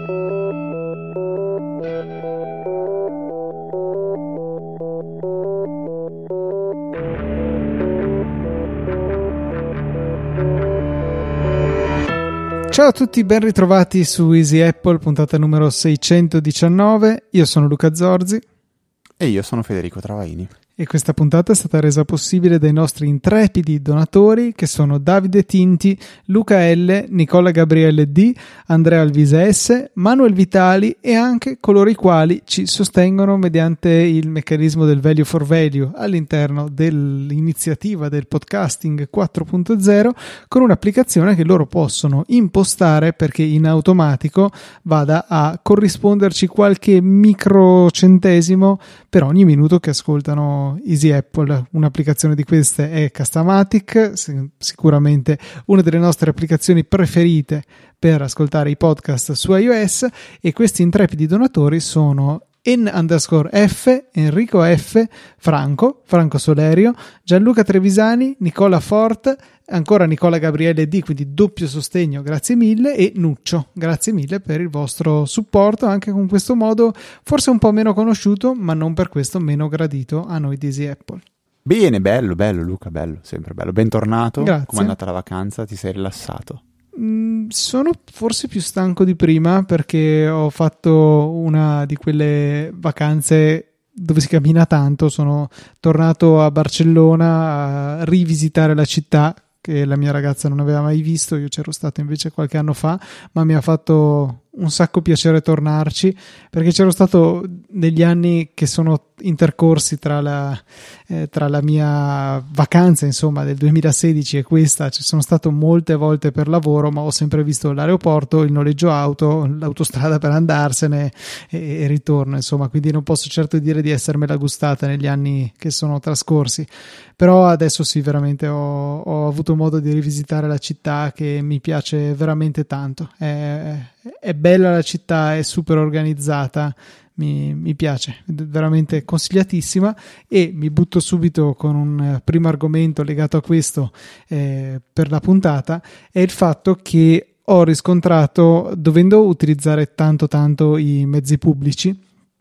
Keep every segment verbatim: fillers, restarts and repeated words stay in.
Ciao a tutti, ben ritrovati su Easy Apple, puntata numero seicentodiciannove. Io sono Luca Zorzi. E io sono Federico Travaini. E questa puntata è stata resa possibile dai nostri intrepidi donatori, che sono Davide Tinti, Luca L, Nicola Gabriele D, Andrea Alvise S, Manuel Vitali e anche coloro i quali ci sostengono mediante il meccanismo del value for value all'interno dell'iniziativa del podcasting quattro punto zero, con un'applicazione che loro possono impostare perché in automatico vada a corrisponderci qualche microcentesimo per ogni minuto che ascoltano Easy Apple. Un'applicazione di queste è Castamatic, sicuramente una delle nostre applicazioni preferite per ascoltare i podcast su iOS, e questi intrepidi donatori sono N underscore F, Enrico F, Franco, Franco Solerio, Gianluca Trevisani, Nicola Fort, ancora Nicola Gabriele D, quindi doppio sostegno, grazie mille, e Nuccio, grazie mille per il vostro supporto anche con questo modo forse un po' meno conosciuto, ma non per questo meno gradito a noi di Easy Apple. Bene, bello, bello Luca, bello, sempre bello. Bentornato. Grazie. Com'è andata la vacanza? Ti sei rilassato? Mm, sono forse più stanco di prima perché ho fatto una di quelle vacanze dove si cammina tanto. Sono tornato a Barcellona a rivisitare la città che la mia ragazza non aveva mai visto. Io c'ero stato invece qualche anno fa, ma mi ha fatto un sacco piacere tornarci perché c'ero stato negli anni che sono intercorsi tra la, eh, tra la mia vacanza, insomma, del duemilasedici e questa. Ci sono stato molte volte per lavoro, ma ho sempre visto l'aeroporto, il noleggio auto, l'autostrada per andarsene e, e ritorno, insomma, quindi non posso certo dire di essermela gustata negli anni che sono trascorsi. Però adesso sì, veramente ho, ho avuto modo di rivisitare la città, che mi piace veramente tanto. È, è bella la città, è super organizzata, mi, mi piace, veramente consigliatissima. E mi butto subito con un primo argomento legato a questo eh, per la puntata, è il fatto che ho riscontrato, dovendo utilizzare tanto tanto i mezzi pubblici,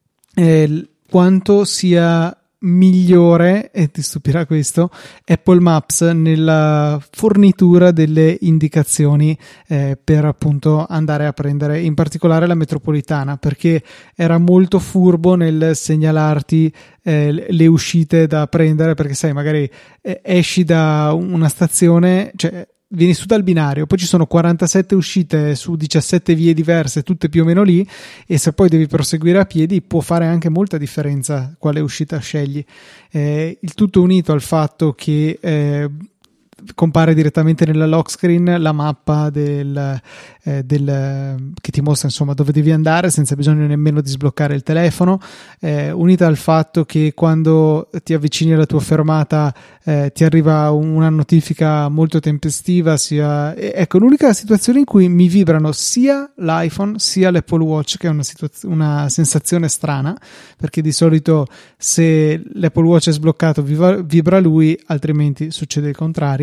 eh, quanto sia migliore, e ti stupirà questo, Apple Maps nella fornitura delle indicazioni eh, per appunto andare a prendere in particolare la metropolitana, perché era molto furbo nel segnalarti eh, le uscite da prendere, perché sai, magari eh, esci da una stazione, cioè vieni su dal binario, poi ci sono quarantasette uscite su diciassette vie diverse, tutte più o meno lì, e se poi devi proseguire a piedi può fare anche molta differenza quale uscita scegli. Eh, il tutto unito al fatto che eh, compare direttamente nella lock screen la mappa del, eh, del che ti mostra insomma dove devi andare senza bisogno nemmeno di sbloccare il telefono, eh, unita al fatto che quando ti avvicini alla tua fermata eh, ti arriva una notifica molto tempestiva, sia ecco l'unica situazione in cui mi vibrano sia l'iPhone sia l'Apple Watch, che è una, situaz- una sensazione strana, perché di solito se l'Apple Watch è sbloccato vibra, vibra lui, altrimenti succede il contrario.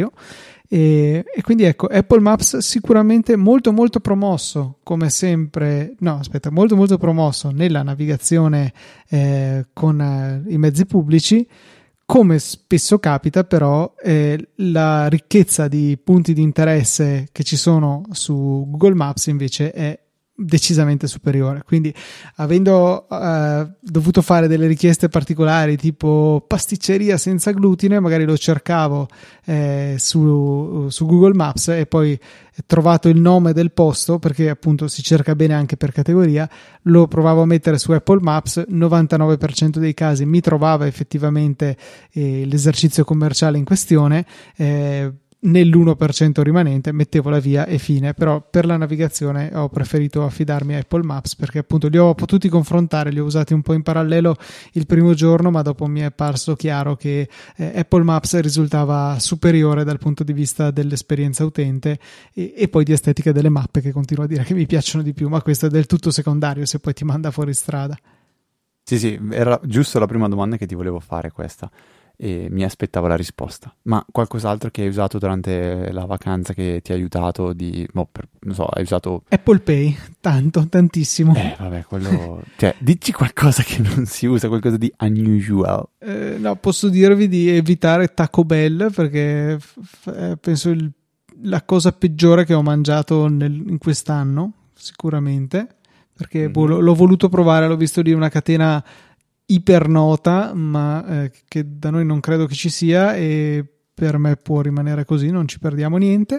E, e quindi ecco, Apple Maps sicuramente molto molto promosso, come sempre, no aspetta, molto molto promosso nella navigazione eh, con eh, i mezzi pubblici. Come spesso capita però eh, la ricchezza di punti di interesse che ci sono su Google Maps invece è decisamente superiore, quindi avendo uh, dovuto fare delle richieste particolari tipo pasticceria senza glutine, magari lo cercavo eh, su, su Google Maps e poi trovato il nome del posto, perché appunto si cerca bene anche per categoria, lo provavo a mettere su Apple Maps, novantanove per cento dei casi mi trovava effettivamente eh, l'esercizio commerciale in questione, eh, nell'uno per cento rimanente mettevo la via e fine. Però per la navigazione ho preferito affidarmi a Apple Maps, perché appunto li ho potuti confrontare, li ho usati un po' in parallelo il primo giorno, ma dopo mi è parso chiaro che eh, Apple Maps risultava superiore dal punto di vista dell'esperienza utente e, e poi di estetica delle mappe, che continuo a dire che mi piacciono di più, ma questo è del tutto secondario se poi ti manda fuori strada. Sì, sì, era giusto la prima domanda che ti volevo fare questa. e mi aspettavo la risposta. Ma qualcos'altro che hai usato durante la vacanza che ti ha aiutato di... Boh, per, non so, hai usato... Apple Pay, tanto, tantissimo. Eh, vabbè, quello... cioè, dici qualcosa che non si usa, qualcosa di unusual. Eh, no, posso dirvi di evitare Taco Bell, perché f- eh, penso il, la cosa peggiore che ho mangiato nel, in quest'anno, sicuramente, perché Mm-hmm. boh, l'ho, l'ho voluto provare, l'ho visto di una catena ipernota, ma eh, che da noi non credo che ci sia, e per me può rimanere così, non ci perdiamo niente.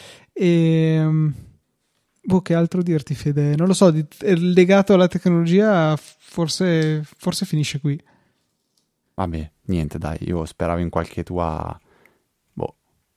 E boh, che altro dirti, Fede? Non lo so, di, legato alla tecnologia forse, forse finisce qui. Vabbè, niente, dai, io speravo in qualche tua... boh...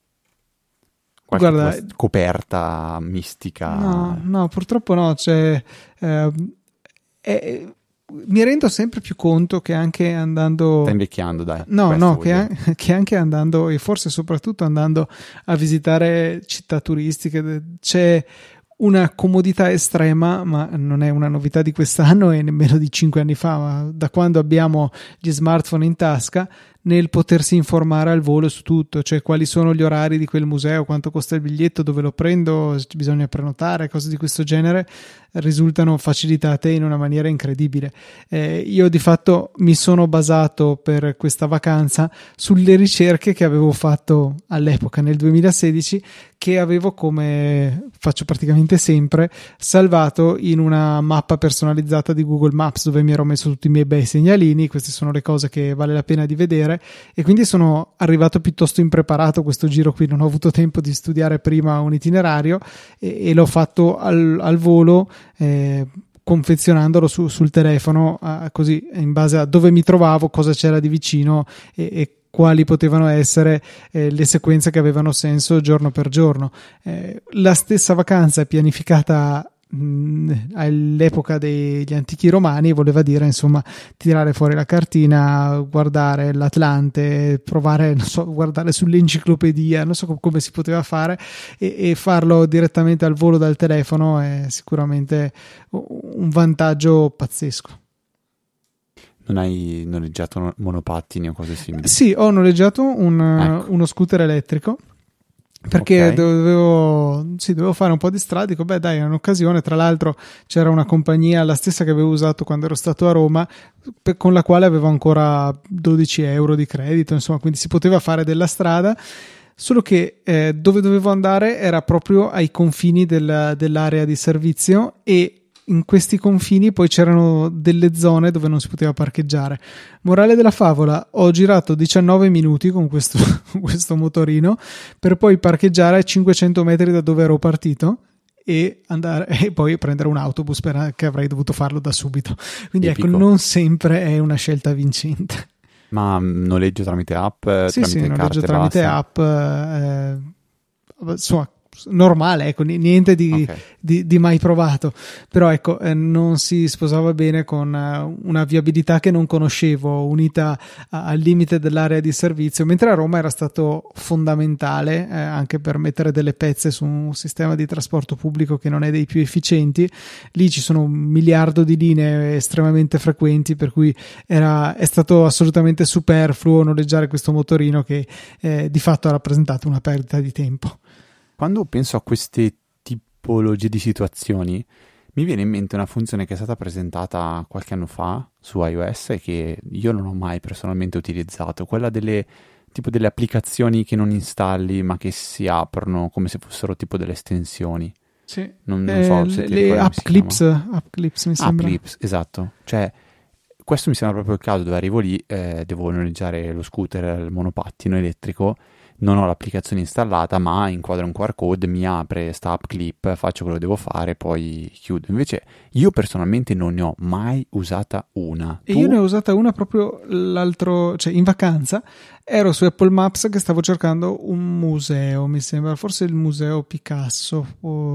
qualche Guarda, tua scoperta mistica. no, no, purtroppo no, cioè... Eh, è, mi rendo sempre più conto che anche andando... Sta invecchiando, dai. No, Questo no, vuol che, dire. an- che anche andando, e forse soprattutto andando a visitare città turistiche, c'è una comodità estrema, ma non è una novità di quest'anno e nemmeno di cinque anni fa, ma da quando abbiamo gli smartphone in tasca, nel potersi informare al volo su tutto, cioè quali sono gli orari di quel museo, quanto costa il biglietto, dove lo prendo, se bisogna prenotare, cose di questo genere, risultano facilitate in una maniera incredibile. Eh, io di fatto mi sono basato per questa vacanza sulle ricerche che avevo fatto all'epoca, nel duemilasedici, che avevo, come faccio praticamente sempre, salvato in una mappa personalizzata di Google Maps, dove mi ero messo tutti i miei bei segnalini. Queste sono le cose che vale la pena di vedere, e quindi sono arrivato piuttosto impreparato questo giro qui, non ho avuto tempo di studiare prima un itinerario, e, e l'ho fatto al, al volo, eh, confezionandolo su, sul telefono, eh, così in base a dove mi trovavo, cosa c'era di vicino e, e quali potevano essere eh, le sequenze che avevano senso giorno per giorno. Eh, la stessa vacanza è pianificata mh, all'epoca degli antichi romani, voleva dire insomma tirare fuori la cartina, guardare l'Atlante, provare, non so, guardare sull'enciclopedia, non so com- come si poteva fare, e, e farlo direttamente al volo dal telefono è sicuramente un vantaggio pazzesco. Non hai noleggiato monopattini o cose simili? Sì, ho noleggiato un, Ecco. uno scooter elettrico, perché Ok. dovevo, sì, dovevo fare un po' di strada. Dico, beh, dai, è un'occasione. Tra l'altro c'era una compagnia, la stessa che avevo usato quando ero stato a Roma, per, con la quale avevo ancora dodici euro di credito, insomma, quindi si poteva fare della strada. Solo che eh, dove dovevo andare era proprio ai confini del, dell'area di servizio, e in questi confini poi c'erano delle zone dove non si poteva parcheggiare. Morale della favola, ho girato diciannove minuti con questo, questo motorino per poi parcheggiare a cinquecento metri da dove ero partito e andare e poi prendere un autobus, per, che avrei dovuto farlo da subito. Quindi Tipico. ecco, non sempre è una scelta vincente. Ma mh, noleggio tramite app, eh, Sì, tramite sì, carte noleggio tramite basta? app, eh, insomma, normale, ecco, niente di, Ok. di, di mai provato, però ecco, eh, non si sposava bene con eh, una viabilità che non conoscevo, unita a- al limite dell'area di servizio, mentre a Roma era stato fondamentale, eh, anche per mettere delle pezze su un sistema di trasporto pubblico che non è dei più efficienti. Lì ci sono un miliardo di linee estremamente frequenti, per cui era, è stato assolutamente superfluo noleggiare questo motorino che eh, di fatto ha rappresentato una perdita di tempo. Quando penso a queste tipologie di situazioni, mi viene in mente una funzione che è stata presentata qualche anno fa su iOS e che io non ho mai personalmente utilizzato, quella delle tipo delle applicazioni che non installi ma che si aprono come se fossero tipo delle estensioni. Sì. Non, non Eh, so se le ti le ricordi come app si clips, chiama. app clips mi Ah, sembra. Clips, esatto. Cioè, questo mi sembra proprio il caso dove arrivo lì, eh, devo noleggiare lo scooter, il monopattino elettrico, non ho l'applicazione installata, ma inquadro un Q R code, mi apre sta app clip, faccio quello che devo fare, poi chiudo. Invece io personalmente non ne ho mai usata una. E Tu? io ne ho usata una proprio l'altro, cioè in vacanza, ero su Apple Maps che stavo cercando un museo, mi sembra, forse il museo Picasso,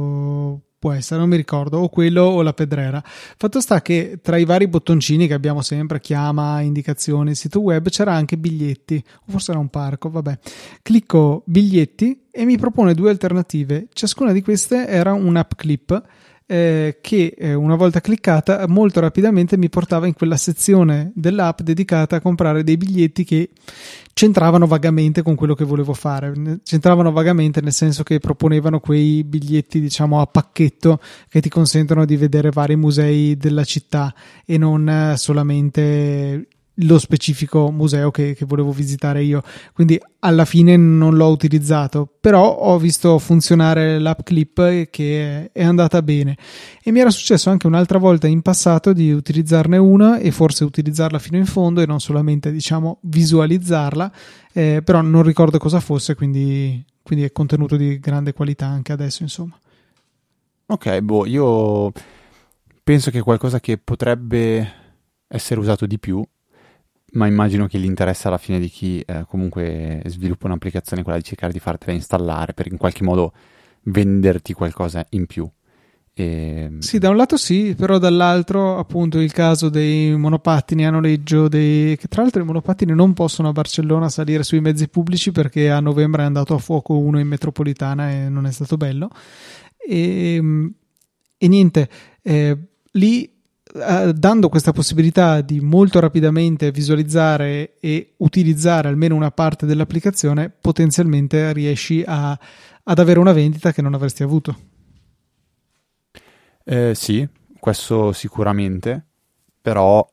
o può essere, non mi ricordo, o quello o la Pedrera. Fatto sta che tra i vari bottoncini che abbiamo sempre, chiama, indicazioni, sito web, c'era anche biglietti, o forse era un parco, vabbè. Clicco biglietti e mi propone due alternative, ciascuna di queste era un'app clip. eh, che eh, una volta cliccata molto rapidamente mi portava in quella sezione dell'app dedicata a comprare dei biglietti che c'entravano vagamente con quello che volevo fare. C'entravano vagamente nel senso che proponevano quei biglietti, diciamo, a pacchetto che ti consentono di vedere vari musei della città e non solamente lo specifico museo che, che volevo visitare io. Quindi alla fine non l'ho utilizzato, però ho visto funzionare l'app Clip che è andata bene, e mi era successo anche un'altra volta in passato di utilizzarne una e forse utilizzarla fino in fondo e non solamente, diciamo, visualizzarla, eh, però non ricordo cosa fosse, quindi, quindi è contenuto di grande qualità anche adesso, insomma. Ok, boh, io penso che è qualcosa che potrebbe essere usato di più, ma immagino che l'interesse alla fine di chi eh, comunque sviluppa un'applicazione è quella di cercare di fartela installare per in qualche modo venderti qualcosa in più. E... Sì, da un lato sì, però dall'altro appunto il caso dei monopattini a noleggio, dei... che tra l'altro i monopattini non possono a Barcellona salire sui mezzi pubblici perché a novembre è andato a fuoco uno in metropolitana e non è stato bello. E, e niente, eh, lì Uh, dando questa possibilità di molto rapidamente visualizzare e utilizzare almeno una parte dell'applicazione, potenzialmente riesci a, ad avere una vendita che non avresti avuto. Eh, sì, questo sicuramente, però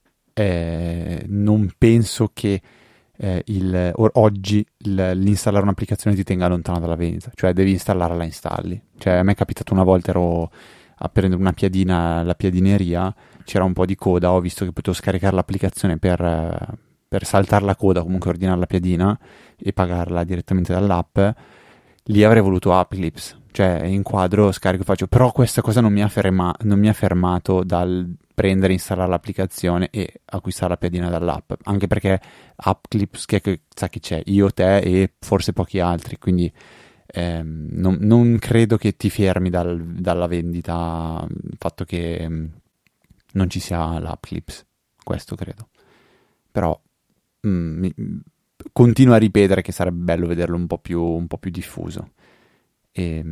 eh, non penso che eh, il, or, oggi il, l'installare un'applicazione ti tenga lontano dalla vendita, cioè devi installarla, la installi. Cioè a me è capitato una volta, ero a prendere una piadina alla piadineria, c'era un po' di coda, ho visto che potevo scaricare l'applicazione per, per saltare la coda, comunque ordinare la piadina e pagarla direttamente dall'app. Lì avrei voluto Appclips, cioè inquadro, scarico, faccio, però questa cosa non mi ha, ferma, non mi ha fermato dal prendere, installare l'applicazione e acquistare la piadina dall'app, anche perché Appclips, che, che sa chi c'è, io, te e forse pochi altri, quindi Eh, non, non credo che ti fermi dal, dalla vendita il fatto che mh, non ci sia l'app Clips, questo credo. Però mh, mi, continuo a ripetere che sarebbe bello vederlo un po' più, un po' più diffuso. E,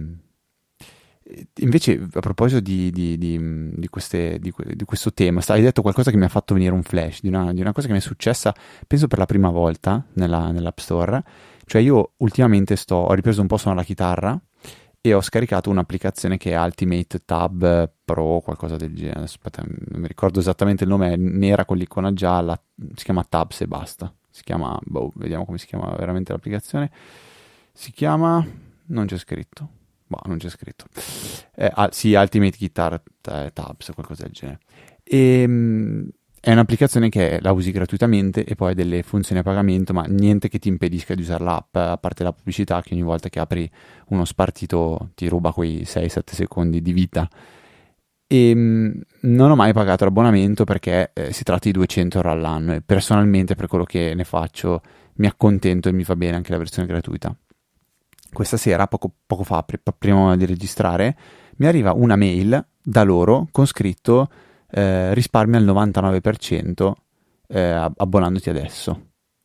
invece, a proposito di, di, di, di, queste, di, di questo tema, hai detto qualcosa che mi ha fatto venire un flash di una, di una cosa che mi è successa, penso per la prima volta nella, nell'App Store. Cioè io ultimamente sto, ho ripreso un po' a suonare la chitarra e ho scaricato un'applicazione che è Ultimate Tab Pro, qualcosa del genere. Aspetta, non mi ricordo esattamente il nome, è nera con l'icona gialla, si chiama Tabs e basta. Si chiama, boh, vediamo come si chiama veramente l'applicazione. Si chiama, non c'è scritto. Boh, non c'è scritto. Eh, ah, sì, Ultimate Guitar Tabs, qualcosa del genere. E... È un'applicazione che la usi gratuitamente e poi ha delle funzioni a pagamento, ma niente che ti impedisca di usare l'app, a parte la pubblicità che ogni volta che apri uno spartito ti ruba quei sei sette secondi di vita. E mh, non ho mai pagato l'abbonamento perché eh, si tratta di duecento euro all'anno e personalmente per quello che ne faccio mi accontento e mi va bene anche la versione gratuita. Questa sera, poco, poco fa, pr- prima di registrare, mi arriva una mail da loro con scritto Eh, risparmi al novantanove per cento eh, abbonandoti adesso.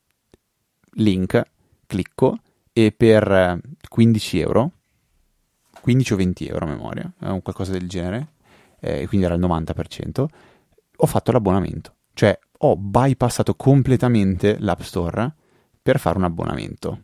Link, clicco e per quindici euro, quindici o venti euro a memoria, eh, qualcosa del genere, eh, quindi era il novanta per cento, ho fatto l'abbonamento. Cioè ho bypassato completamente l'App Store per fare un abbonamento.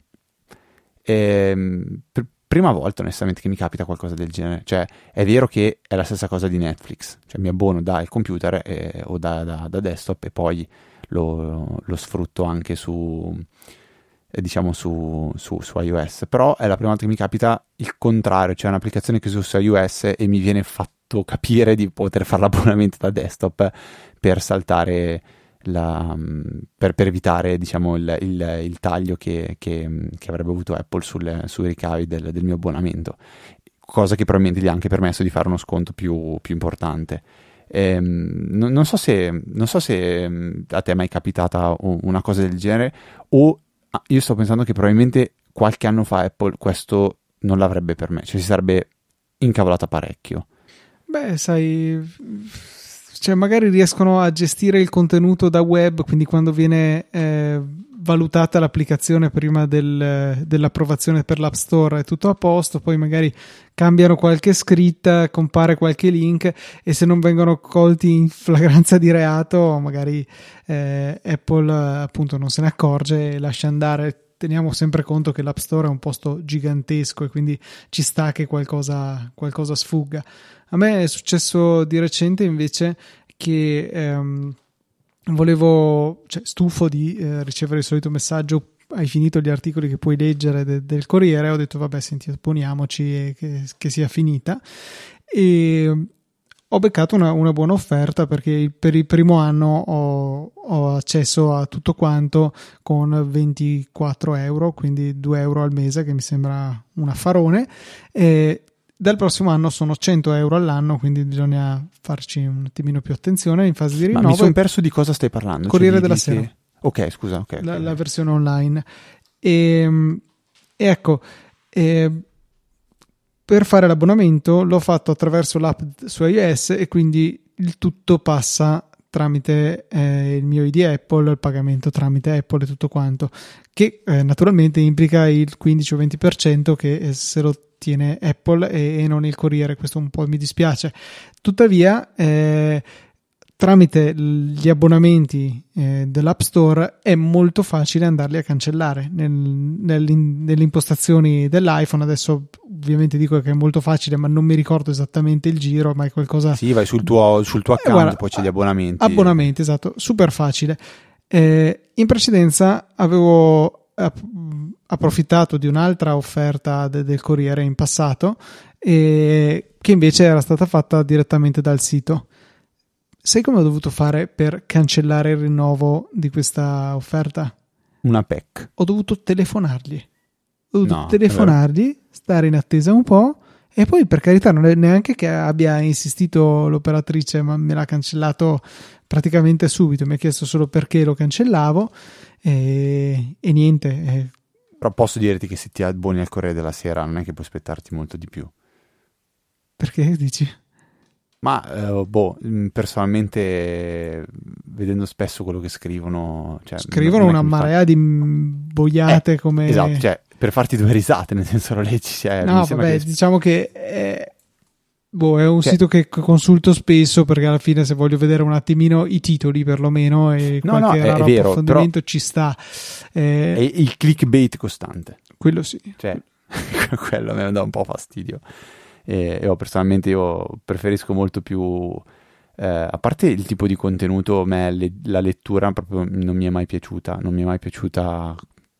Ehm, per, prima volta onestamente che mi capita qualcosa del genere. Cioè è vero che è la stessa cosa di Netflix, cioè mi abbono dal computer eh, o da, da, da desktop e poi lo, lo sfrutto anche su eh, diciamo su, su, su iOS, però è la prima volta che mi capita il contrario, cioè un'applicazione che uso su iOS e mi viene fatto capire di poter fare l'abbonamento da desktop per saltare La, per, per evitare diciamo il, il, il taglio che, che, che avrebbe avuto Apple sul, sui ricavi del, del mio abbonamento, cosa che probabilmente gli ha anche permesso di fare uno sconto più, più importante. Ehm, non, non so se non so se a te è mai capitata una cosa del genere o ah, io sto pensando che probabilmente qualche anno fa Apple questo non l'avrebbe permesso, cioè si sarebbe incavolata parecchio. Beh, sai, cioè magari riescono a gestire il contenuto da web, quindi quando viene eh, valutata l'applicazione prima del, dell'approvazione per l'App Store, è tutto a posto, poi magari cambiano qualche scritta, compare qualche link e se non vengono colti in flagranza di reato magari eh, Apple appunto non se ne accorge e lascia andare. Teniamo sempre conto che l'App Store è un posto gigantesco e quindi ci sta che qualcosa, qualcosa sfugga. A me è successo di recente invece che ehm, volevo, cioè stufo di eh, ricevere il solito messaggio: hai finito gli articoli che puoi leggere de- del Corriere. Ho detto vabbè, senti, opponiamoci e che, che sia finita, e ho beccato una, una buona offerta perché per il primo anno ho, ho accesso a tutto quanto con ventiquattro euro, quindi due euro al mese, che mi sembra un affarone. E dal prossimo anno sono cento euro all'anno, quindi bisogna farci un attimino più attenzione in fase di rinnovo. Ma mi sono perso di cosa stai parlando? Corriere cioè, della di, Sera. Che... Ok, scusa. Okay, la, okay. la versione online. E, e ecco, e per fare l'abbonamento l'ho fatto attraverso l'app su iOS e quindi il tutto passa tramite eh, il mio I D Apple, il pagamento tramite Apple e tutto quanto, che eh, naturalmente implica il quindici o venti per cento che eh, se lo tiene Apple e, e non il Corriere. Questo un po' mi dispiace. Tuttavia eh, tramite gli abbonamenti eh, dell'App Store è molto facile andarli a cancellare nel, nell'in, nelle impostazioni dell'iPhone. Adesso ovviamente dico che è molto facile, ma non mi ricordo esattamente il giro, ma è qualcosa... Sì, vai sul tuo, sul tuo account, eh, guarda, poi c'è gli abbonamenti. Abbonamenti, esatto, super facile. Eh, in precedenza avevo approfittato di un'altra offerta de- del Corriere in passato, eh, che invece era stata fatta direttamente dal sito. Sai come ho dovuto fare per cancellare il rinnovo di questa offerta? Una P E C. Ho dovuto telefonargli. Ho dovuto no, telefonargli, stare in attesa un po', e poi, per carità, non è neanche che abbia insistito l'operatrice, ma me l'ha cancellato praticamente subito. Mi ha chiesto solo perché lo cancellavo e, e niente. E... Però posso dirti che se ti abboni al Corriere della Sera non è che puoi aspettarti molto di più. Perché dici? Ma eh, boh, personalmente, vedendo spesso quello che scrivono, cioè, scrivono una marea fa... di boiate, eh, come esatto, cioè per farti due risate, nel senso lo leggi, cioè, no, mi vabbè, che... diciamo che è... boh, è un cioè... sito che consulto spesso, perché alla fine, se voglio vedere un attimino i titoli perlomeno e no, qualche no, è, raro è vero, approfondimento però... ci sta. Eh... È il clickbait costante, quello sì, cioè quello mi dà un po' fastidio. E io personalmente io preferisco molto più eh, a parte il tipo di contenuto, a me le, la lettura proprio non mi è mai piaciuta non mi è mai piaciuta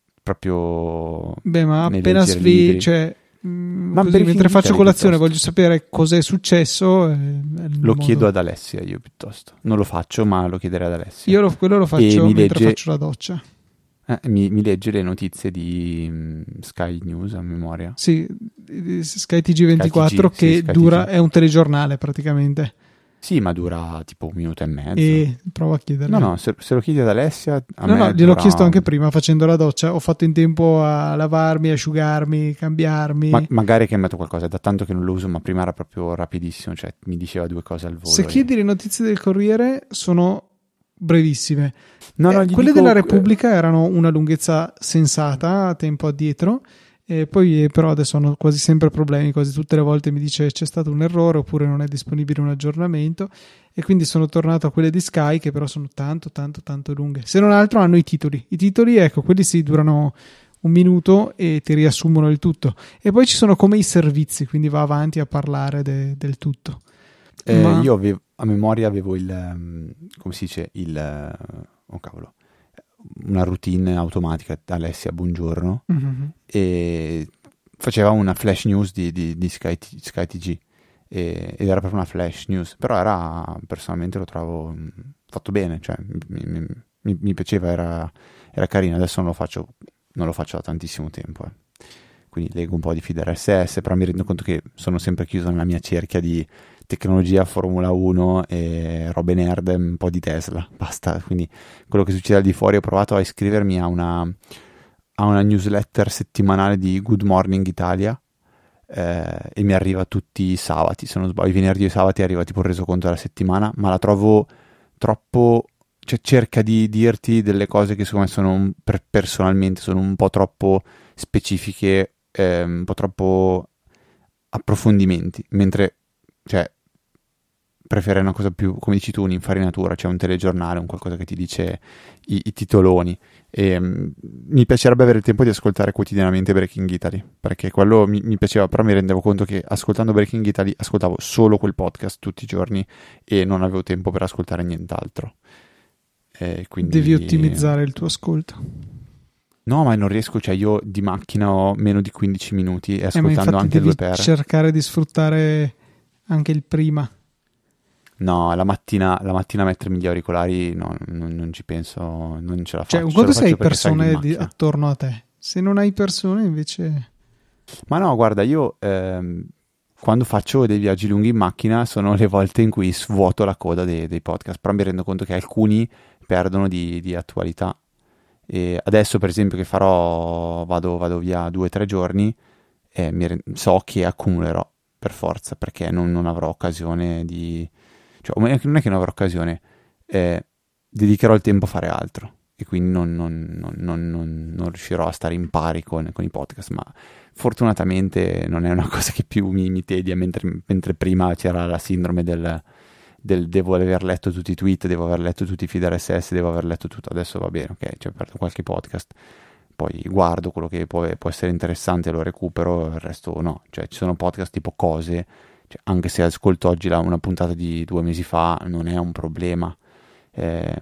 proprio. Beh, ma appena svegli, cioè mh, così, mentre faccio colazione piuttosto. Voglio sapere cos'è successo, eh, lo modo... chiedo ad Alessia, io piuttosto non lo faccio, ma lo chiederei ad Alessia. Io lo, quello lo faccio mentre legge... faccio la doccia. Eh, mi, mi legge le notizie di um, Sky News a memoria. Sì, Sky T G ventiquattro, Sky T G, che sì, dura, è un telegiornale praticamente. Sì, ma dura tipo un minuto e mezzo. E prova a chiederlo. No, no, se, se lo chiedi ad Alessia... A no, me no, gliel'ho dura... chiesto anche prima facendo la doccia. Ho fatto in tempo a lavarmi, asciugarmi, cambiarmi. Ma, magari che metto qualcosa, è da tanto che non lo uso, ma prima era proprio rapidissimo, cioè mi diceva due cose al volo. Se e... chiedi le notizie del Corriere sono... brevissime. No, no, eh, quelle dico... della Repubblica erano una lunghezza sensata a tempo addietro, e poi però adesso hanno quasi sempre problemi, quasi tutte le volte mi dice c'è stato un errore oppure non è disponibile un aggiornamento, e quindi sono tornato a quelle di Sky, che però sono tanto tanto tanto lunghe. Se non altro hanno i titoli i titoli ecco, quelli sì, durano un minuto e ti riassumono il tutto, e poi ci sono come i servizi, quindi va avanti a parlare de- del tutto. Eh, Ma... io avevo, a memoria avevo il um, come si dice il oh cavolo una routine automatica, Alessia buongiorno, mm-hmm. e faceva una flash news di, di, di Sky, Sky T G, e, ed era proprio una flash news, però era, personalmente lo trovo fatto bene, cioè mi, mi, mi piaceva, era, era carino. Adesso non lo faccio non lo faccio da tantissimo tempo, eh. Quindi leggo un po' di feed R S S, però mi rendo conto che sono sempre chiuso nella mia cerchia di tecnologia, Formula uno e robe nerd, un po' di Tesla, basta. Quindi quello che succede al di fuori, ho provato a iscrivermi a una, a una newsletter settimanale di Good Morning Italia, eh, e mi arriva tutti i sabati, se non sbaglio, i venerdì e i sabati arriva tipo il resoconto della settimana, ma la trovo troppo cioè, cerca di dirti delle cose che secondo me sono un, per, personalmente sono un po' troppo specifiche, eh, un po' troppo approfondimenti, mentre cioè preferire una cosa più, come dici tu, un'infarinatura, cioè un telegiornale, un qualcosa che ti dice i, i titoloni. E, um, mi piacerebbe avere il tempo di ascoltare quotidianamente Breaking Italy, perché quello mi, mi piaceva, però mi rendevo conto che ascoltando Breaking Italy ascoltavo solo quel podcast tutti i giorni e non avevo tempo per ascoltare nient'altro. E quindi... Devi ottimizzare il tuo ascolto. No, ma non riesco, cioè io di macchina ho meno di quindici minuti e Eh, ascoltando anche devi due per... cercare di sfruttare anche il prima. No, la mattina, la mattina mettermi gli auricolari no, non, non ci penso, non ce la faccio. Cioè, un conto Ce la se hai faccio perché salgo in persone di, macchina. attorno a te. Se non hai persone, invece... Ma no, guarda, io ehm, quando faccio dei viaggi lunghi in macchina sono le volte in cui svuoto la coda dei, dei podcast, però mi rendo conto che alcuni perdono di, di attualità. E adesso, per esempio, che farò, vado, vado via due o tre giorni, e mi re- so che accumulerò per forza, perché non, non avrò occasione di... Cioè, non è che non avrò occasione, eh, dedicherò il tempo a fare altro e quindi non, non, non, non, non riuscirò a stare in pari con, con i podcast, ma fortunatamente non è una cosa che più mi, mi tedia, mentre, mentre prima c'era la sindrome del, del devo aver letto tutti i tweet, devo aver letto tutti i feed R S S, devo aver letto tutto, adesso va bene, ok, cioè perdo qualche podcast, poi guardo quello che può, può essere interessante, lo recupero, il resto no, cioè ci sono podcast tipo cose, cioè, anche se ascolto oggi la, una puntata di due mesi fa non è un problema. Eh,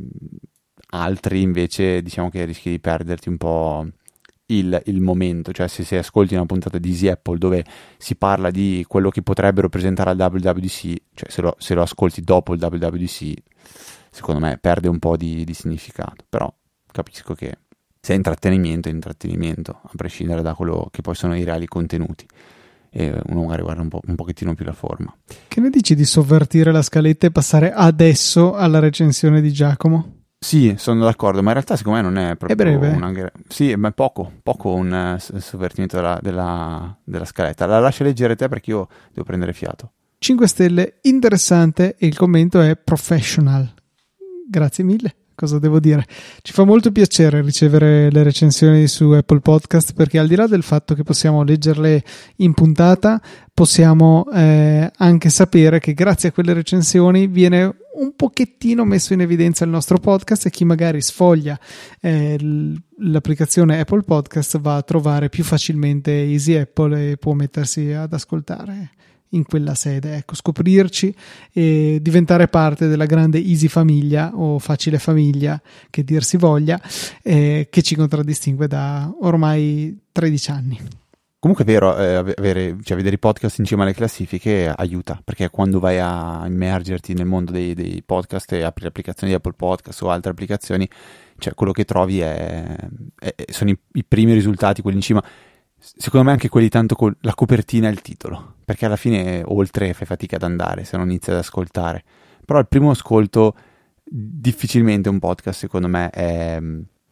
altri invece diciamo che rischi di perderti un po' il, il momento, cioè se, se ascolti una puntata di Easy Apple dove si parla di quello che potrebbero presentare al W W D C, cioè se lo, se lo ascolti dopo il W W D C secondo me perde un po' di, di significato, però capisco che se è intrattenimento è intrattenimento, a prescindere da quello che poi sono i reali contenuti. E uno magari guarda un, po', un pochettino più la forma. Che ne dici di sovvertire la scaletta e passare adesso alla recensione di Giacomo? Sì, sono d'accordo, ma in realtà secondo me non è proprio È breve? una... Sì, ma è poco, poco un uh, sovvertimento della, della, della scaletta. La lascia leggere te perché io devo prendere fiato. cinque stelle, interessante, e il commento è professional. Grazie mille. Cosa devo dire? Ci fa molto piacere ricevere le recensioni su Apple Podcast, perché al di là del fatto che possiamo leggerle in puntata, possiamo eh, anche sapere che grazie a quelle recensioni viene un pochettino messo in evidenza il nostro podcast, e chi magari sfoglia eh, l'applicazione Apple Podcast va a trovare più facilmente Easy Apple e può mettersi ad ascoltare in quella sede, ecco, scoprirci e diventare parte della grande Easy famiglia, o facile famiglia che dir si voglia, eh, che ci contraddistingue da ormai tredici anni. Comunque è vero, eh, avere, cioè, vedere i podcast in cima alle classifiche aiuta, perché quando vai a immergerti nel mondo dei, dei podcast e apri l'applicazione di Apple Podcast o altre applicazioni, cioè quello che trovi è, è, sono i, i primi risultati, quelli in cima. Secondo me anche quelli tanto con la copertina e il titolo, perché alla fine oltre fai fatica ad andare se non inizi ad ascoltare, però il primo ascolto difficilmente un podcast secondo me è,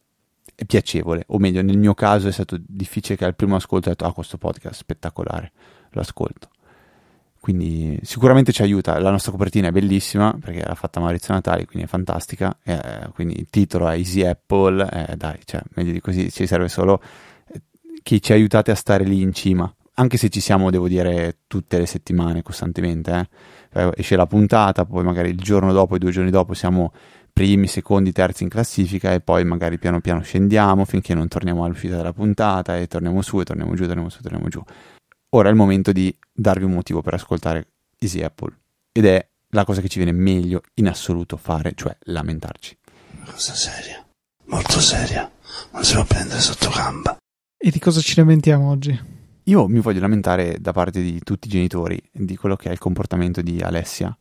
è piacevole, o meglio nel mio caso è stato difficile che al primo ascolto ho detto ah questo podcast è spettacolare, lo ascolto, quindi sicuramente ci aiuta. La nostra copertina è bellissima perché l'ha fatta Maurizio Natali, quindi è fantastica, eh, quindi il titolo è Easy Apple, eh, dai, cioè meglio di così, ci serve solo che ci aiutate a stare lì in cima, anche se ci siamo, devo dire, tutte le settimane costantemente, eh. Esce la puntata, poi magari il giorno dopo, i due giorni dopo siamo primi, secondi, terzi in classifica, e poi magari piano piano scendiamo finché non torniamo all'uscita della puntata e torniamo su e torniamo giù, torniamo su, torniamo giù. Ora è il momento di darvi un motivo per ascoltare Easy Apple, ed è la cosa che ci viene meglio in assoluto fare, cioè lamentarci. Una cosa seria, molto seria, non si può prendere sotto gamba. E di cosa ci lamentiamo oggi? Io mi voglio lamentare da parte di tutti i genitori di quello che è il comportamento di Alessia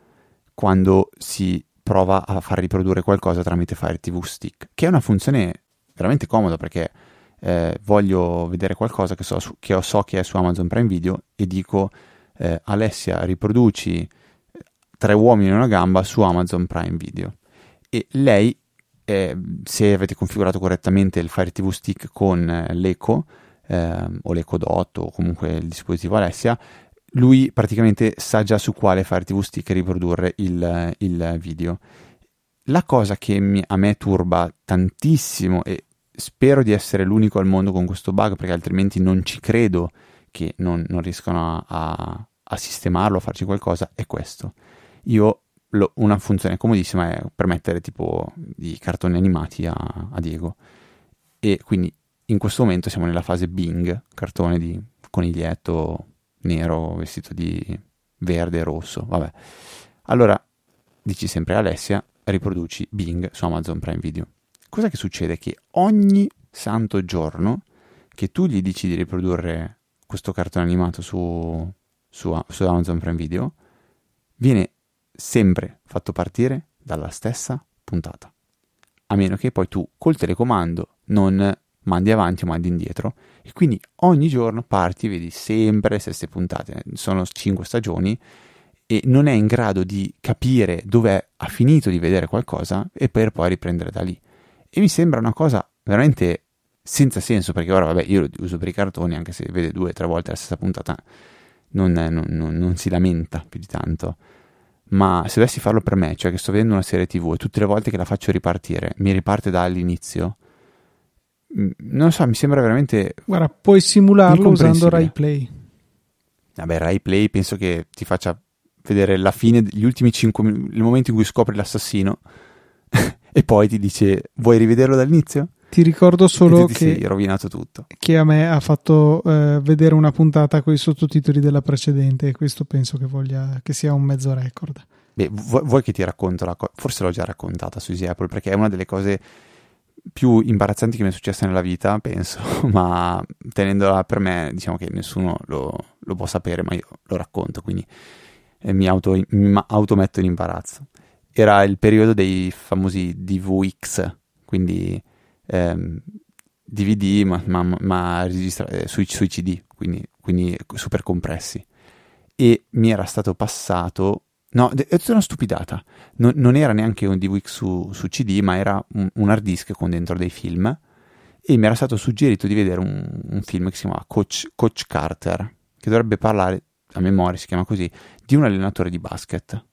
quando si prova a far riprodurre qualcosa tramite Fire ti vu Stick, che è una funzione veramente comoda, perché eh, voglio vedere qualcosa che so, che so che è su Amazon Prime Video e dico eh, Alessia riproduci tre uomini e una gamba su Amazon Prime Video, e lei Eh, se avete configurato correttamente il Fire ti vu Stick con eh, l'Eco eh, o l'Eco Dot o comunque il dispositivo Alessia, lui praticamente sa già su quale Fire ti vu Stick riprodurre il, il video, la cosa che mi, a me turba tantissimo, e spero di essere l'unico al mondo con questo bug, perché altrimenti non ci credo che non, non riescano a, a, a sistemarlo, a farci qualcosa, è questo. Io lo, una funzione comodissima è permettere tipo di cartoni animati a, a Diego, e quindi in questo momento siamo nella fase Bing, cartone di coniglietto nero vestito di verde e rosso, vabbè. Allora dici sempre a Alessia, riproduci Bing su Amazon Prime Video. Cosa che succede? Che ogni santo giorno che tu gli dici di riprodurre questo cartone animato su, su, su Amazon Prime Video, viene sempre fatto partire dalla stessa puntata, a meno che poi tu col telecomando non mandi avanti o mandi indietro, e quindi ogni giorno parti e vedi sempre le stesse puntate. Sono cinque stagioni e non è in grado di capire dove ha finito di vedere qualcosa e per poi riprendere da lì. E mi sembra una cosa veramente senza senso, perché ora vabbè, io lo uso per i cartoni, anche se vede due o tre volte la stessa puntata non, non, non, non si lamenta più di tanto. Ma se dovessi farlo per me, cioè che sto vedendo una serie tv e tutte le volte che la faccio ripartire mi riparte dall'inizio, non lo so, mi sembra veramente, guarda, puoi simularlo usando Rai Play. Vabbè, Rai Play penso che ti faccia vedere la fine, gli ultimi cinque minuti, il momento in cui scopri l'assassino e poi ti dice vuoi rivederlo dall'inizio? Ti ricordo solo ti, ti che sei rovinato tutto, che a me ha fatto eh, vedere una puntata con i sottotitoli della precedente, e questo penso che voglia che sia un mezzo record. Beh, vuoi, vuoi che ti racconto la cosa? Forse l'ho già raccontata su Easy Apple, perché è una delle cose più imbarazzanti che mi è successa nella vita, penso, ma tenendola per me, diciamo che nessuno lo, lo può sapere, ma io lo racconto, quindi eh, mi, auto, mi autometto in imbarazzo. Era il periodo dei famosi D V X, quindi ehm, D V D ma, ma, ma registra- eh, sui, sui C D, quindi, quindi super compressi, e mi era stato passato. No, è una stupidata. Non, non era neanche un D V X su, su C D, ma era un, un hard disk con dentro dei film, e mi era stato suggerito di vedere un, un film che si chiamava Coach, Coach Carter, che dovrebbe parlare, a memoria si chiama così, di un allenatore di basket.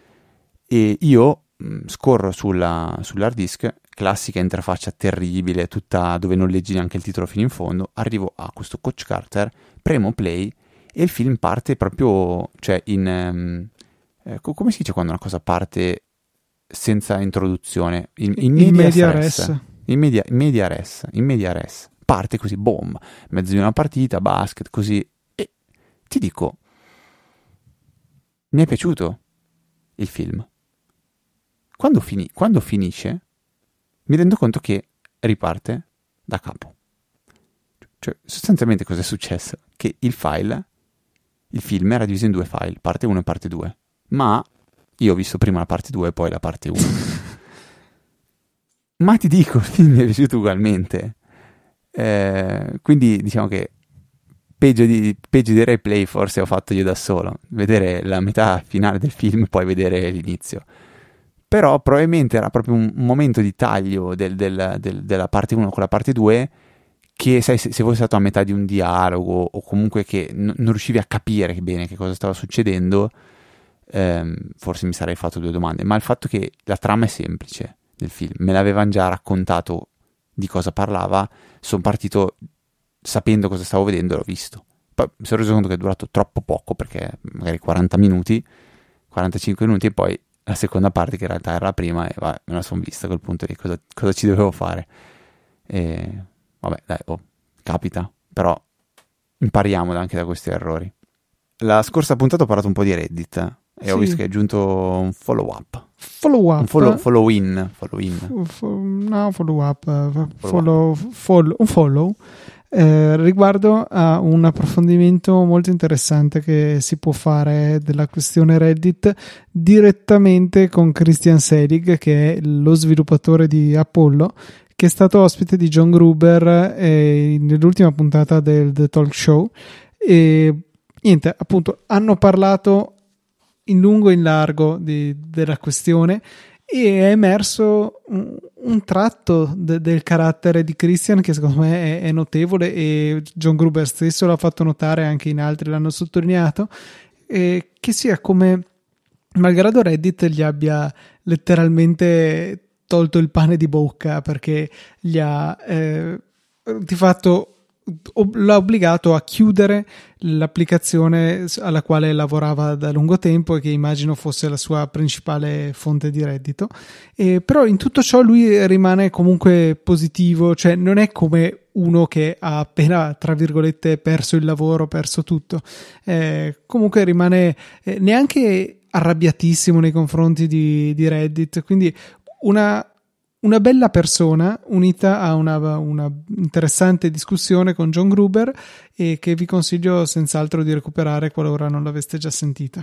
E io mh, scorro sulla, sull'hard disk, classica interfaccia terribile, tutta dove non leggi neanche il titolo fino in fondo, arrivo a questo Coach Carter, premo play e il film parte proprio, cioè in... Um, Eh, come si dice quando una cosa parte senza introduzione? In, in, in media, media res. res. In media, in media res. In media res. Parte così, boom, in mezzo di una partita, basket, così. E ti dico, mi è piaciuto il film. Quando, fini, quando finisce, mi rendo conto che riparte da capo. Cioè, sostanzialmente cosa è successo? Che il file, il film era diviso in due file, parte uno e parte due. Ma io ho visto prima la parte due e poi la parte uno. Ma ti dico, il film mi è piaciuto ugualmente. Eh, quindi diciamo che peggio di, peggio di replay forse ho fatto io da solo. Vedere la metà finale del film e poi vedere l'inizio. Però probabilmente era proprio un, un momento di taglio del, del, del, della parte uno con la parte due, che sai, se, se fossi stato a metà di un dialogo o comunque che n- non riuscivi a capire bene che cosa stava succedendo, ehm, forse mi sarei fatto due domande. Ma il fatto che la trama è semplice del film, me l'avevano già raccontato di cosa parlava, sono partito sapendo cosa stavo vedendo e l'ho visto. Poi mi sono reso conto che è durato troppo poco, perché magari quaranta minuti, quarantacinque minuti, e poi la seconda parte che in realtà era la prima, e vabbè, me la sono vista a quel punto lì, cosa, cosa ci dovevo fare. E vabbè, dai, oh, capita, però impariamo anche da questi errori. La scorsa puntata ho parlato un po' di Reddit, eh, e sì, ho visto che è aggiunto un follow up. Follow up? Un follow, follow in. Follow in. F- no, follow up. Follow, follow, up. follow un follow eh, riguardo a un approfondimento molto interessante che si può fare della questione Reddit direttamente con Christian Selig, che è lo sviluppatore di Apollo, che è stato ospite di John Gruber eh, nell'ultima puntata del The Talk Show. E niente, appunto, hanno parlato in lungo e in largo di, della questione, e è emerso un, un tratto de, del carattere di Christian che secondo me è, è notevole, e John Gruber stesso l'ha fatto notare, anche in altri l'hanno sottolineato, eh, che sia come malgrado Reddit gli abbia letteralmente tolto il pane di bocca, perché gli ha eh, di fatto l'ha obbligato a chiudere l'applicazione alla quale lavorava da lungo tempo e che immagino fosse la sua principale fonte di reddito. E però in tutto ciò lui rimane comunque positivo, cioè non è come uno che ha appena, tra virgolette, perso il lavoro, perso tutto. Eh, comunque rimane eh, neanche arrabbiatissimo nei confronti di, di Reddit, quindi una Una bella persona unita a una, una interessante discussione con John Gruber, e che vi consiglio senz'altro di recuperare qualora non l'aveste già sentita.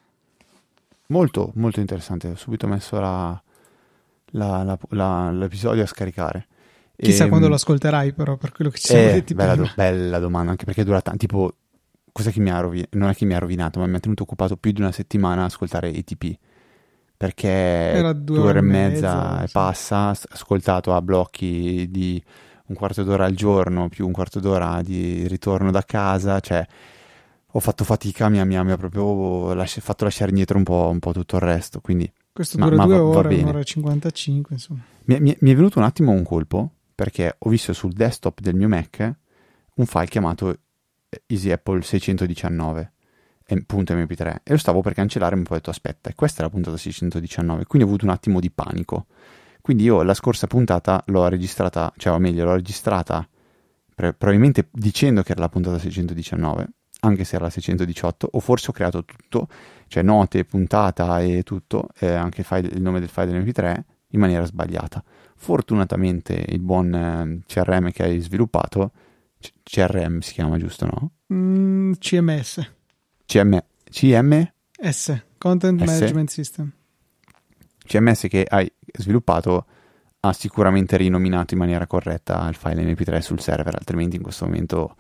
Molto, molto interessante. Ho subito messo la, la, la, la, l'episodio a scaricare. Chissà e, quando lo ascolterai, però, per quello che ci siamo eh, detti bella, prima. do, bella domanda, anche perché dura tanto. Tipo, cosa che mi ha rovinato? Non è che mi ha rovinato, ma mi ha tenuto occupato più di una settimana a ascoltare A T P. Perché Era due ore e mezza e passa, ascoltato a blocchi di un quarto d'ora al giorno più un quarto d'ora di ritorno da casa, cioè ho fatto fatica, mi ha, mi ha, mi ha proprio lasci- fatto lasciare indietro un po', un po' tutto il resto, quindi Questo ma, dura ma due va, va ore, bene. un'ora e cinquantacinque, insomma. Mi, mi, mi è venuto un attimo un colpo, perché ho visto sul desktop del mio Mac un file chiamato Easy Apple seicentodiciannove punto emme pi tre, e lo stavo per cancellare, mi ho detto aspetta, e questa è la puntata seicentodiciannove, quindi ho avuto un attimo di panico. Quindi io la scorsa puntata l'ho registrata, cioè o meglio l'ho registrata pre- probabilmente dicendo che era la puntata seicentodiciannove, anche se era la seicentodiciotto, o forse ho creato tutto, cioè note, puntata e tutto, eh, anche il, file, il nome del file dell'emme pi tre in maniera sbagliata. Fortunatamente il buon eh, C R M che hai sviluppato, C- CRM si chiama, giusto, no? Mm, C M S. C M, C M S, Content S? Management System. C M S che hai sviluppato ha sicuramente rinominato in maniera corretta il file emme pi tre sul server, altrimenti in questo momento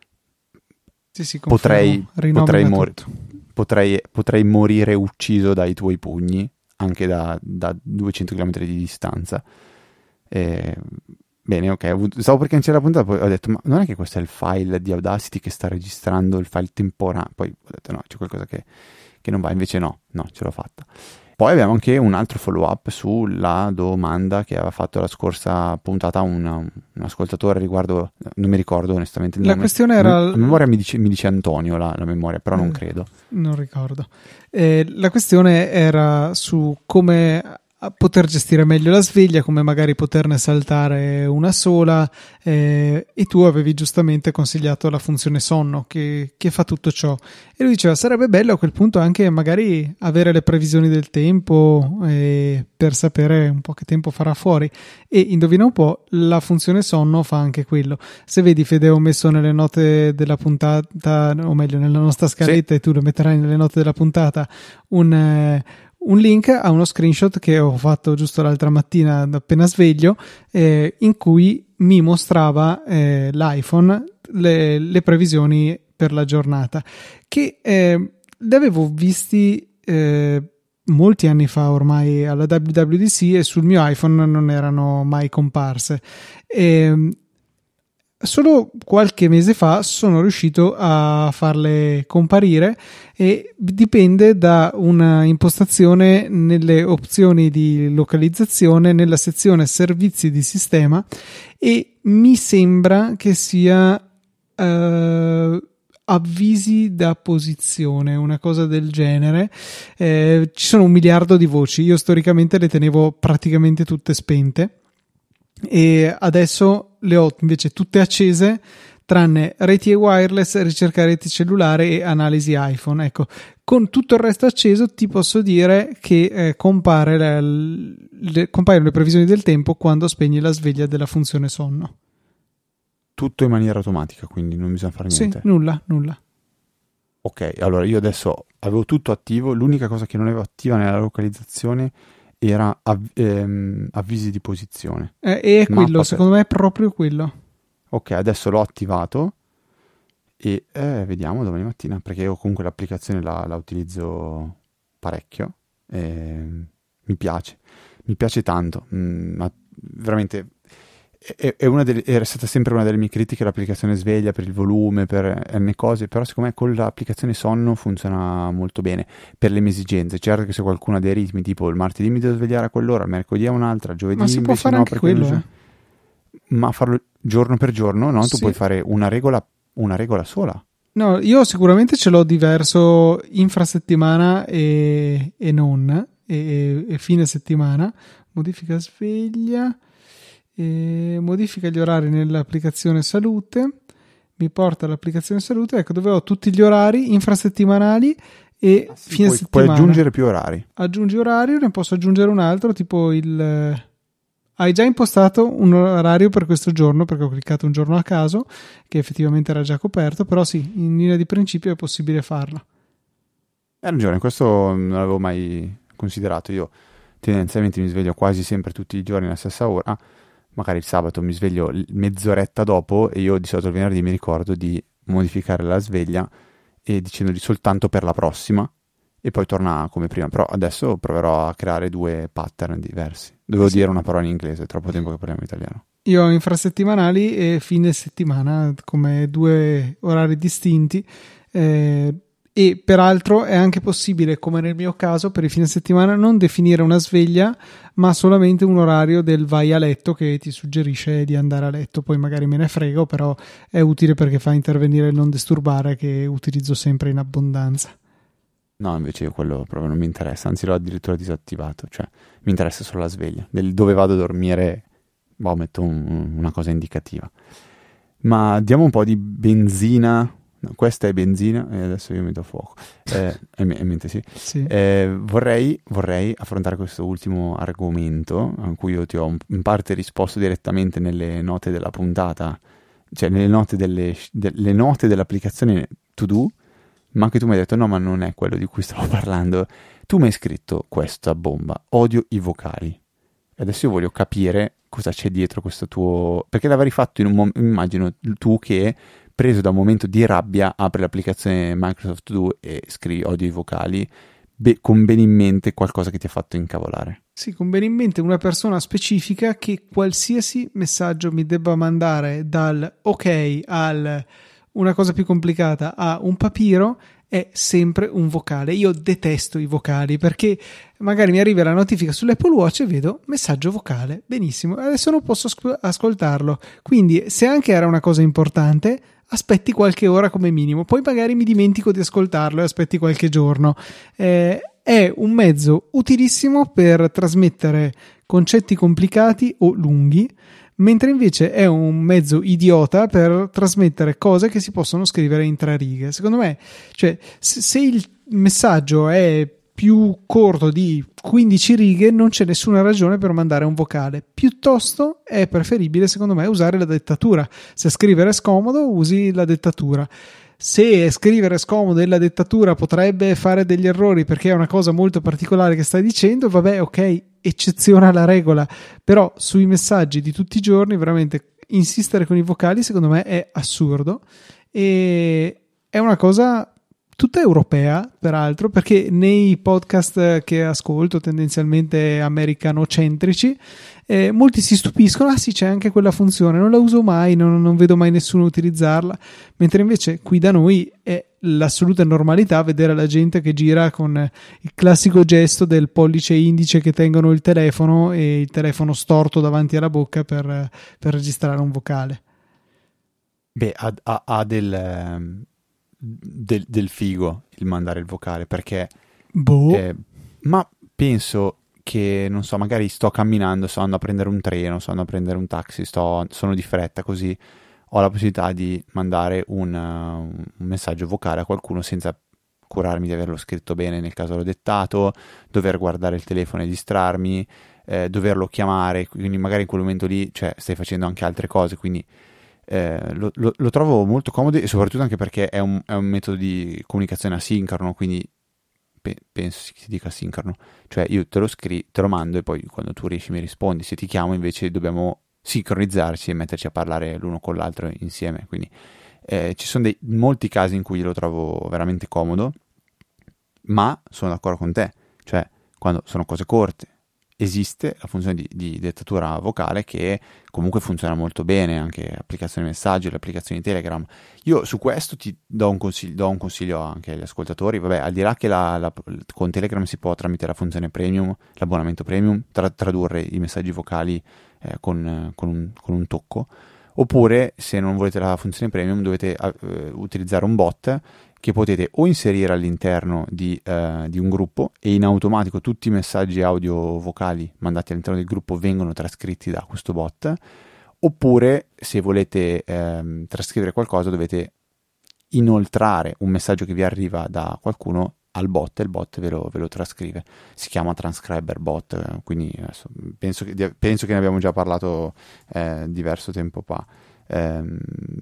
Sì, sì, potrei, confermo, potrei, rinomina mor- tutto. potrei, potrei morire ucciso dai tuoi pugni, anche da, da duecento chilometri di distanza. E, bene, ok, ho avuto- stavo per cancellare la puntata, poi ho detto, ma non è che questo è il file di Audacity che sta registrando il file temporaneo? Poi ho detto, no, c'è qualcosa che, che non va, invece no, no, ce l'ho fatta. Poi abbiamo anche un altro follow up sulla domanda che aveva fatto la scorsa puntata un, un ascoltatore riguardo, non mi ricordo onestamente il La nome. questione era... A memoria mi dice, mi dice Antonio la, la memoria, però non Eh, credo. Non ricordo. Eh, la questione era su come a poter gestire meglio la sveglia, come magari poterne saltare una sola, eh, e tu avevi giustamente consigliato la funzione sonno che, che fa tutto ciò, e lui diceva sarebbe bello a quel punto anche magari avere le previsioni del tempo, eh, per sapere un po' che tempo farà fuori, e indovina un po', la funzione sonno fa anche quello. Se vedi, Fede, ho messo nelle note della puntata, o meglio nella nostra scaletta, sì, e tu lo metterai nelle note della puntata, un... Eh, un link a uno screenshot che ho fatto giusto l'altra mattina appena sveglio, eh, in cui mi mostrava eh, l'iPhone le, le previsioni per la giornata, che eh, le avevo visti eh, molti anni fa ormai alla W W D C, e sul mio iPhone non erano mai comparse. E solo qualche mese fa sono riuscito a farle comparire, e dipende da una impostazione nelle opzioni di localizzazione nella sezione servizi di sistema, e mi sembra che sia eh, avvisi da posizione, una cosa del genere. Eh, ci sono un miliardo di voci, io storicamente le tenevo praticamente tutte spente, e adesso le ho invece tutte accese, tranne reti e wireless, ricerca reti cellulare e analisi iPhone. Ecco, con tutto il resto acceso ti posso dire che eh, compare la, le, compaiono le previsioni del tempo quando spegni la sveglia della funzione sonno. Tutto in maniera automatica, quindi non bisogna fare niente. Sì, nulla, nulla. Ok, allora io adesso avevo tutto attivo, l'unica cosa che non avevo attiva nella localizzazione era av- ehm, avvisi di posizione. Eh, e è quello, Mappa secondo per... me è proprio quello. Ok, adesso l'ho attivato e eh, vediamo domani mattina, perché io comunque l'applicazione la, la utilizzo parecchio e mi piace, mi piace tanto, mm, ma veramente è, è una delle, era stata sempre una delle mie critiche l'applicazione sveglia per il volume, per n cose, però secondo me con l'applicazione sonno funziona molto bene per le mie esigenze. Certo che se qualcuno ha dei ritmi tipo il martedì mi devo svegliare a quell'ora, il mercoledì a un'altra, il giovedì Ma si può invece fare no, anche perché quello, non- eh. ma farlo giorno per giorno, no? Tu Sì. puoi fare una regola, una regola sola. No, io sicuramente ce l'ho diverso infrasettimana e, e non, e, e fine settimana. Modifica sveglia, e modifica gli orari nell'applicazione salute, mi porta all'applicazione salute, ecco dove ho tutti gli orari infrasettimanali e fine Puoi, puoi settimana. aggiungere più orari. Aggiungi orario, ne posso aggiungere un altro, tipo il... Hai già impostato un orario per questo giorno, perché ho cliccato un giorno a caso, che effettivamente era già coperto, però sì, in linea di principio è possibile farlo. Hai ragione, questo non l'avevo mai considerato. Io tendenzialmente mi sveglio quasi sempre tutti i giorni alla stessa ora, magari il sabato mi sveglio l- mezz'oretta dopo e io di solito il venerdì mi ricordo di modificare la sveglia e dicendogli soltanto per la prossima e poi torna come prima. Però adesso proverò a creare due pattern diversi. Dovevo Sì. dire una parola in inglese, è troppo tempo che parliamo italiano. Io ho infrasettimanali e fine settimana come due orari distinti, eh, e peraltro è anche possibile, come nel mio caso, per il fine settimana non definire una sveglia, ma solamente un orario del vai a letto che ti suggerisce di andare a letto. Poi magari me ne frego, però è utile perché fa intervenire il non disturbare che utilizzo sempre in abbondanza. No, invece io quello proprio non mi interessa, anzi l'ho addirittura disattivato, cioè mi interessa solo la sveglia, del dove vado a dormire, boh, metto un- una cosa indicativa. Ma diamo un po' di benzina, no, questa è benzina e adesso io mi do fuoco, eh, e, e mentre sì. Sì. Eh, vorrei, vorrei affrontare questo ultimo argomento, a cui io ti ho un- in parte risposto direttamente nelle note della puntata, cioè nelle note, delle, delle note dell'applicazione To Do, ma anche tu mi hai detto no, ma non è quello di cui stavo parlando. Tu mi hai scritto questa bomba: odio i vocali. E adesso io voglio capire cosa c'è dietro questo tuo, perché l'avrei fatto in un momento, immagino tu che preso da un momento di rabbia apri l'applicazione Microsoft To Do e scrivi odio i vocali, be- con bene in mente qualcosa che ti ha fatto incavolare. Sì, con bene in mente una persona specifica che qualsiasi messaggio mi debba mandare dal ok al una cosa più complicata a un papiro è sempre un vocale. Io detesto i vocali perché magari mi arriva la notifica sull'Apple Watch e vedo messaggio vocale. Benissimo, adesso non posso asco- ascoltarlo. Quindi se anche era una cosa importante, aspetti qualche ora come minimo, poi magari mi dimentico di ascoltarlo e aspetti qualche giorno. Eh, è un mezzo utilissimo per trasmettere concetti complicati o lunghi, mentre invece è un mezzo idiota per trasmettere cose che si possono scrivere in tre righe. Secondo me, cioè, se, se il messaggio è più corto di quindici righe, non c'è nessuna ragione per mandare un vocale. Piuttosto è preferibile, secondo me, usare la dettatura. Se scrivere è scomodo, usi la dettatura. Se scrivere è scomodo e la dettatura potrebbe fare degli errori perché è una cosa molto particolare che stai dicendo, vabbè, ok, ecceziona la regola. Però sui messaggi di tutti i giorni veramente insistere con i vocali secondo me è assurdo, e è una cosa tutta europea peraltro, perché nei podcast che ascolto, tendenzialmente americanocentrici, eh, molti si stupiscono: ah sì, c'è anche quella funzione, non la uso mai, non, non vedo mai nessuno utilizzarla, mentre invece qui da noi è l'assoluta normalità vedere la gente che gira con il classico gesto del pollice e indice che tengono il telefono e il telefono storto davanti alla bocca per, per registrare un vocale. Beh, ha, ha- ha del, ehm, del, del figo il mandare il vocale, perché Boh. eh, ma penso che, non so, magari sto camminando, sto andando a prendere un treno, sto andando a prendere un taxi, sto, sono di fretta, così ho la possibilità di mandare un, uh, un messaggio vocale a qualcuno senza curarmi di averlo scritto bene nel caso l'ho dettato, dover guardare il telefono e distrarmi, eh, doverlo chiamare, quindi magari in quel momento lì, cioè, stai facendo anche altre cose, quindi eh, lo, lo- lo trovo molto comodo, e soprattutto anche perché è un, è un metodo di comunicazione asincrono, quindi pe- penso si dica asincrono, cioè io te lo scri- te lo mando e poi quando tu riesci mi rispondi. Se ti chiamo invece dobbiamo sincronizzarci e metterci a parlare l'uno con l'altro insieme, quindi eh, ci sono dei, molti casi in cui lo trovo veramente comodo, ma sono d'accordo con te, cioè quando sono cose corte esiste la funzione di, di dettatura vocale che comunque funziona molto bene, anche applicazioni messaggi, le applicazioni Telegram. Io su questo ti do un consiglio, do un consiglio anche agli ascoltatori. Vabbè, al di là che la, la, con Telegram si può, tramite la funzione premium, l'abbonamento premium, tra, tradurre i messaggi vocali eh, con, con, un, con un tocco, oppure se non volete la funzione premium dovete uh, utilizzare un bot che potete o inserire all'interno di, uh, di un gruppo, e in automatico tutti i messaggi audio vocali mandati all'interno del gruppo vengono trascritti da questo bot, oppure se volete um, trascrivere qualcosa dovete inoltrare un messaggio che vi arriva da qualcuno al bot, e il bot ve lo, ve lo trascrive. Si chiama Transcriber Bot, quindi adesso, penso, che, penso che ne abbiamo già parlato eh, diverso tempo fa. Ehm,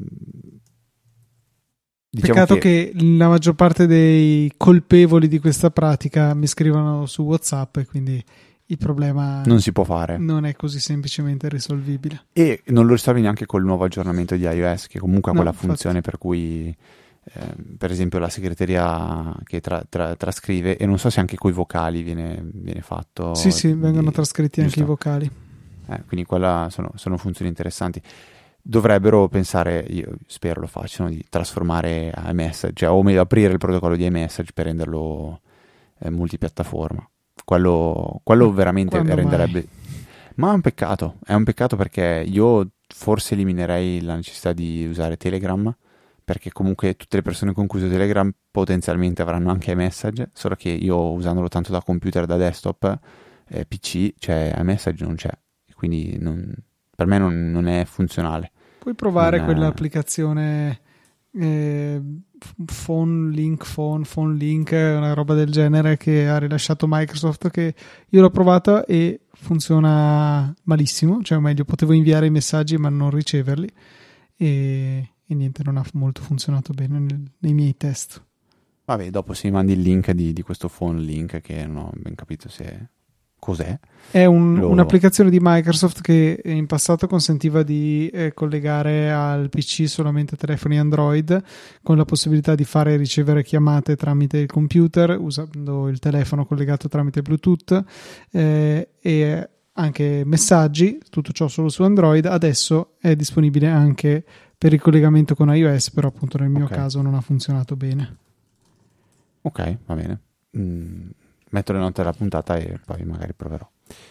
diciamo Peccato che... che la maggior parte dei colpevoli di questa pratica mi scrivono su WhatsApp, e quindi il problema non si può fare, non è così semplicemente risolvibile, e non lo risolvi neanche col nuovo aggiornamento di iOS, che comunque ha no, quella infatti. funzione per cui eh, per esempio la segreteria che tra, tra, trascrive, e non so se anche coi vocali viene, viene fatto. Sì, sì, vengono di, trascritti giusto? anche i vocali. Eh, quindi quella sono, sono funzioni interessanti. Dovrebbero pensare, io spero lo facciano, di trasformare iMessage, cioè, o meglio aprire il protocollo di iMessage per renderlo eh, multipiattaforma. Quello, quello veramente Quando renderebbe... mai? Ma è un peccato, è un peccato, perché io forse eliminerei la necessità di usare Telegram, perché comunque tutte le persone con cui uso Telegram potenzialmente avranno anche iMessage, solo che io, usandolo tanto da computer, da desktop, eh, P C, cioè iMessage non c'è, quindi non, per me non, non è funzionale. Puoi provare Non è- quell'applicazione eh, Phone Link, Phone, Phone Link, una roba del genere che ha rilasciato Microsoft, che io l'ho provata e funziona malissimo, cioè o meglio, potevo inviare i messaggi ma non riceverli, e, e niente, non ha molto funzionato bene nel- nei miei test. Vabbè, dopo se mi mandi il link di, di questo phone link, che non ho ben capito se cos'è. È un- Lo- un'applicazione di Microsoft che in passato consentiva di eh, collegare al P C solamente telefoni Android, con la possibilità di fare e ricevere chiamate tramite il computer usando il telefono collegato tramite Bluetooth, eh, e anche messaggi, tutto ciò solo su Android. Adesso è disponibile anche per il collegamento con iOS, però appunto nel mio Ok. caso non ha funzionato bene. Ok, va bene. Mm, metto le note della puntata e poi magari proverò.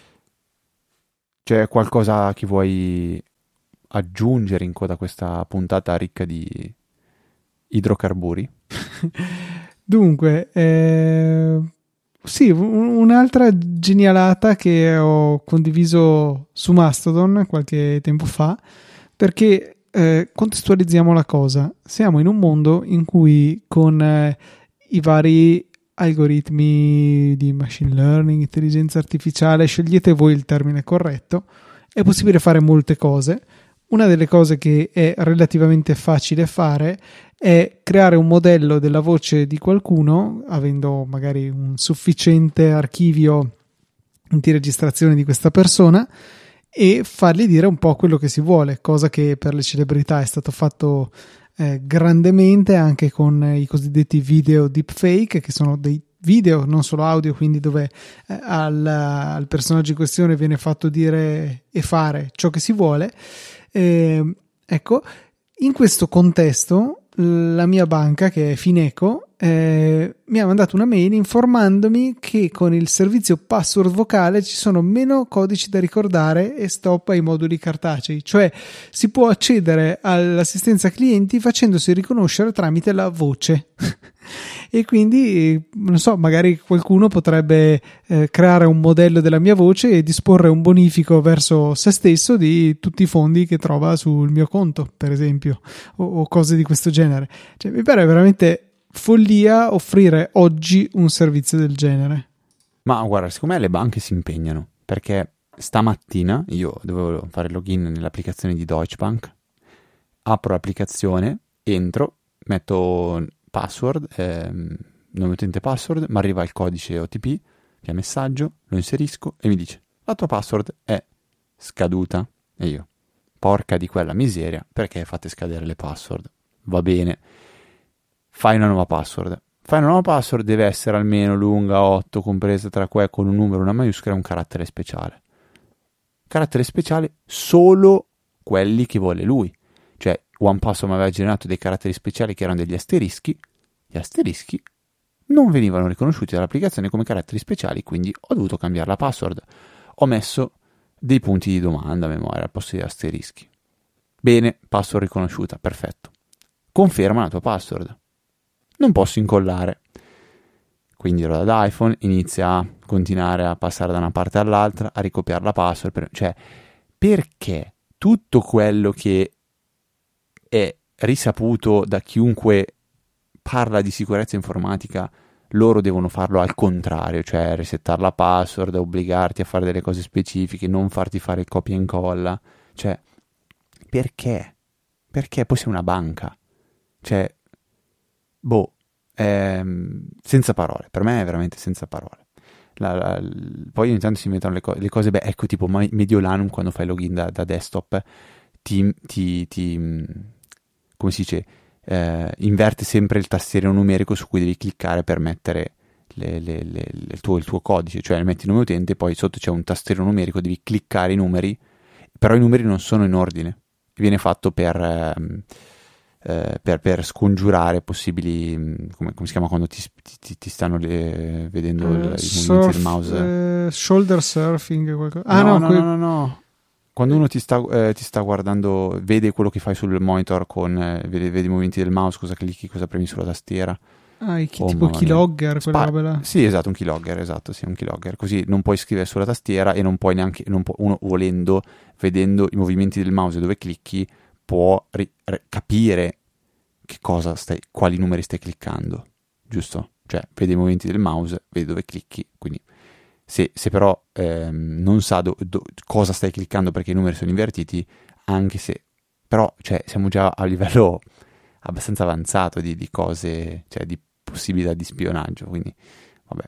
C'è qualcosa che vuoi aggiungere in coda a questa puntata ricca di idrocarburi? Dunque, eh, sì, un- un'altra genialata che ho condiviso su Mastodon qualche tempo fa, perché eh, contestualizziamo la cosa. Siamo in un mondo in cui con eh, i vari algoritmi di machine learning, intelligenza artificiale, scegliete voi il termine corretto, è possibile fare molte cose. Una delle cose che è relativamente facile fare è creare un modello della voce di qualcuno, avendo magari un sufficiente archivio di registrazione di questa persona, e fargli dire un po' quello che si vuole, cosa che per le celebrità è stato fatto eh, grandemente anche con i cosiddetti video deepfake, che sono dei video, non solo audio, quindi dove eh, al, al personaggio in questione viene fatto dire e fare ciò che si vuole. Eh, ecco, in questo contesto la mia banca, che è Fineco, eh, mi ha mandato una mail informandomi che con il servizio password vocale ci sono meno codici da ricordare e stop ai moduli cartacei, cioè si può accedere all'assistenza clienti facendosi riconoscere tramite la voce. E quindi, non so, magari qualcuno potrebbe eh, creare un modello della mia voce e disporre un bonifico verso se stesso di tutti i fondi che trova sul mio conto, per esempio, o, o cose di questo genere. Cioè, mi pare veramente follia offrire oggi un servizio del genere. Ma guarda, secondo me le banche si impegnano, perché stamattina io dovevo fare login nell'applicazione di Deutsche Bank, apro l'applicazione, entro, metto password, ehm, nome utente password, mi arriva il codice O T P via messaggio, lo inserisco e mi dice: la tua password è scaduta. E io, porca di quella miseria, perché fate scadere le password? Va bene, fai una nuova password, fai una nuova password, deve essere almeno lunga otto, compresa tra que con un numero, una maiuscola e un carattere speciale. Carattere speciale solo quelli che vuole lui. Cioè OnePassword mi aveva generato dei caratteri speciali che erano degli asterischi, gli asterischi non venivano riconosciuti dall'applicazione come caratteri speciali, quindi ho dovuto cambiare la password. Ho messo dei punti di domanda a memoria al posto degli asterischi. Bene, password riconosciuta, perfetto. Conferma la tua password. Non posso incollare. Quindi ero ad iPhone, inizia a continuare a passare da una parte all'altra, a ricopiare la password. Per... Cioè, perché tutto quello che è risaputo da chiunque parla di sicurezza informatica, loro devono farlo al contrario, cioè resettare la password, obbligarti a fare delle cose specifiche, non farti fare il copia e incolla. Cioè, perché? Perché poi sei una banca. Cioè, boh, ehm, senza parole. Per me è veramente senza parole. La, la, l... Poi ogni tanto si mettono le, co- le cose, beh, ecco, tipo Mediolanum, quando fai login da, da desktop, ti, ti, ti, come si dice, eh, inverte sempre il tastierino numerico su cui devi cliccare per mettere le, le, le, le, il, tuo, il tuo codice, cioè metti il nome utente, poi sotto c'è un tastierino numerico, devi cliccare i numeri, però i numeri non sono in ordine, viene fatto per, eh, eh, per, per scongiurare possibili, come, come si chiama quando ti, ti, ti stanno le, vedendo uh, il, i surf, movimenti del mouse, uh, shoulder surfing, qualcosa. Ah, no, no, no, que- no, no, no. Quando uno ti sta, eh, ti sta guardando, vede quello che fai sul monitor, con eh, vede, vede i movimenti del mouse, cosa clicchi, cosa premi sulla tastiera. Ah, i chi, Oh, tipo mamma keylogger, mia. quella Spa- roba là. Sì, esatto, un keylogger, esatto, sì, un keylogger. Così non puoi scrivere sulla tastiera e non puoi neanche, non può, uno volendo, vedendo i movimenti del mouse dove clicchi, può ri- ri- capire che cosa stai, quali numeri stai cliccando, giusto? Cioè, vede i movimenti del mouse, vede dove clicchi, quindi... Se, se però ehm, non sa do, do, cosa stai cliccando perché i numeri sono invertiti, anche se... Però, cioè, siamo già a livello abbastanza avanzato di, di cose, cioè di possibilità di spionaggio, quindi vabbè.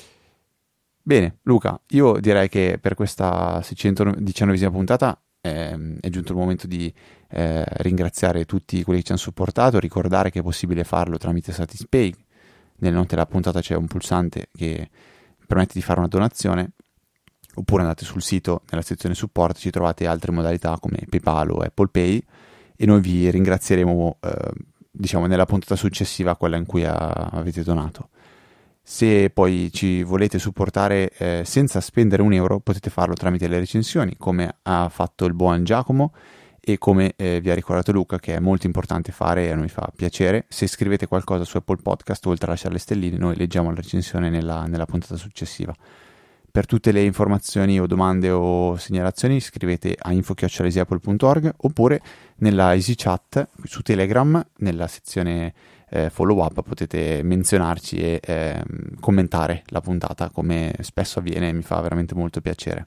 Bene, Luca, io direi che per questa seicentodiciannovesima puntata ehm, è giunto il momento di eh, ringraziare tutti quelli che ci hanno supportato, ricordare che è possibile farlo tramite Satispay. Nelle note della puntata c'è un pulsante che permette di fare una donazione, oppure andate sul sito, nella sezione supporto ci trovate altre modalità come PayPal o Apple Pay e noi vi ringrazieremo eh, diciamo nella puntata successiva a quella in cui a, avete donato. Se poi ci volete supportare eh, senza spendere un euro, potete farlo tramite le recensioni, come ha fatto il buon Giacomo e come eh, vi ha ricordato Luca, che è molto importante fare e a noi fa piacere. Se scrivete qualcosa su Apple Podcast, oltre a lasciare le stelline, noi leggiamo la recensione nella, nella puntata successiva. Per tutte le informazioni o domande o segnalazioni scrivete a info chiocciola easy apple punto org oppure nella EasyChat su Telegram, nella sezione eh, follow up potete menzionarci e eh, commentare la puntata, come spesso avviene, mi fa veramente molto piacere.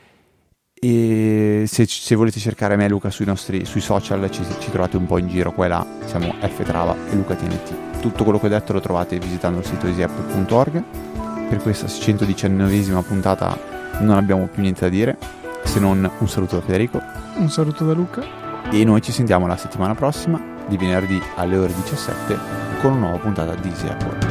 E se, se volete cercare me e Luca sui nostri sui social ci, ci trovate un po' in giro qua e là, siamo Ftrava e Luca T N T. Tutto quello che ho detto lo trovate visitando il sito easy apple punto org. Per questa seicentodiciannovesima puntata non abbiamo più niente da dire, se non un saluto da Federico, un saluto da Luca e noi ci sentiamo la settimana prossima di venerdì alle ore diciassette con una nuova puntata di Easy Apple.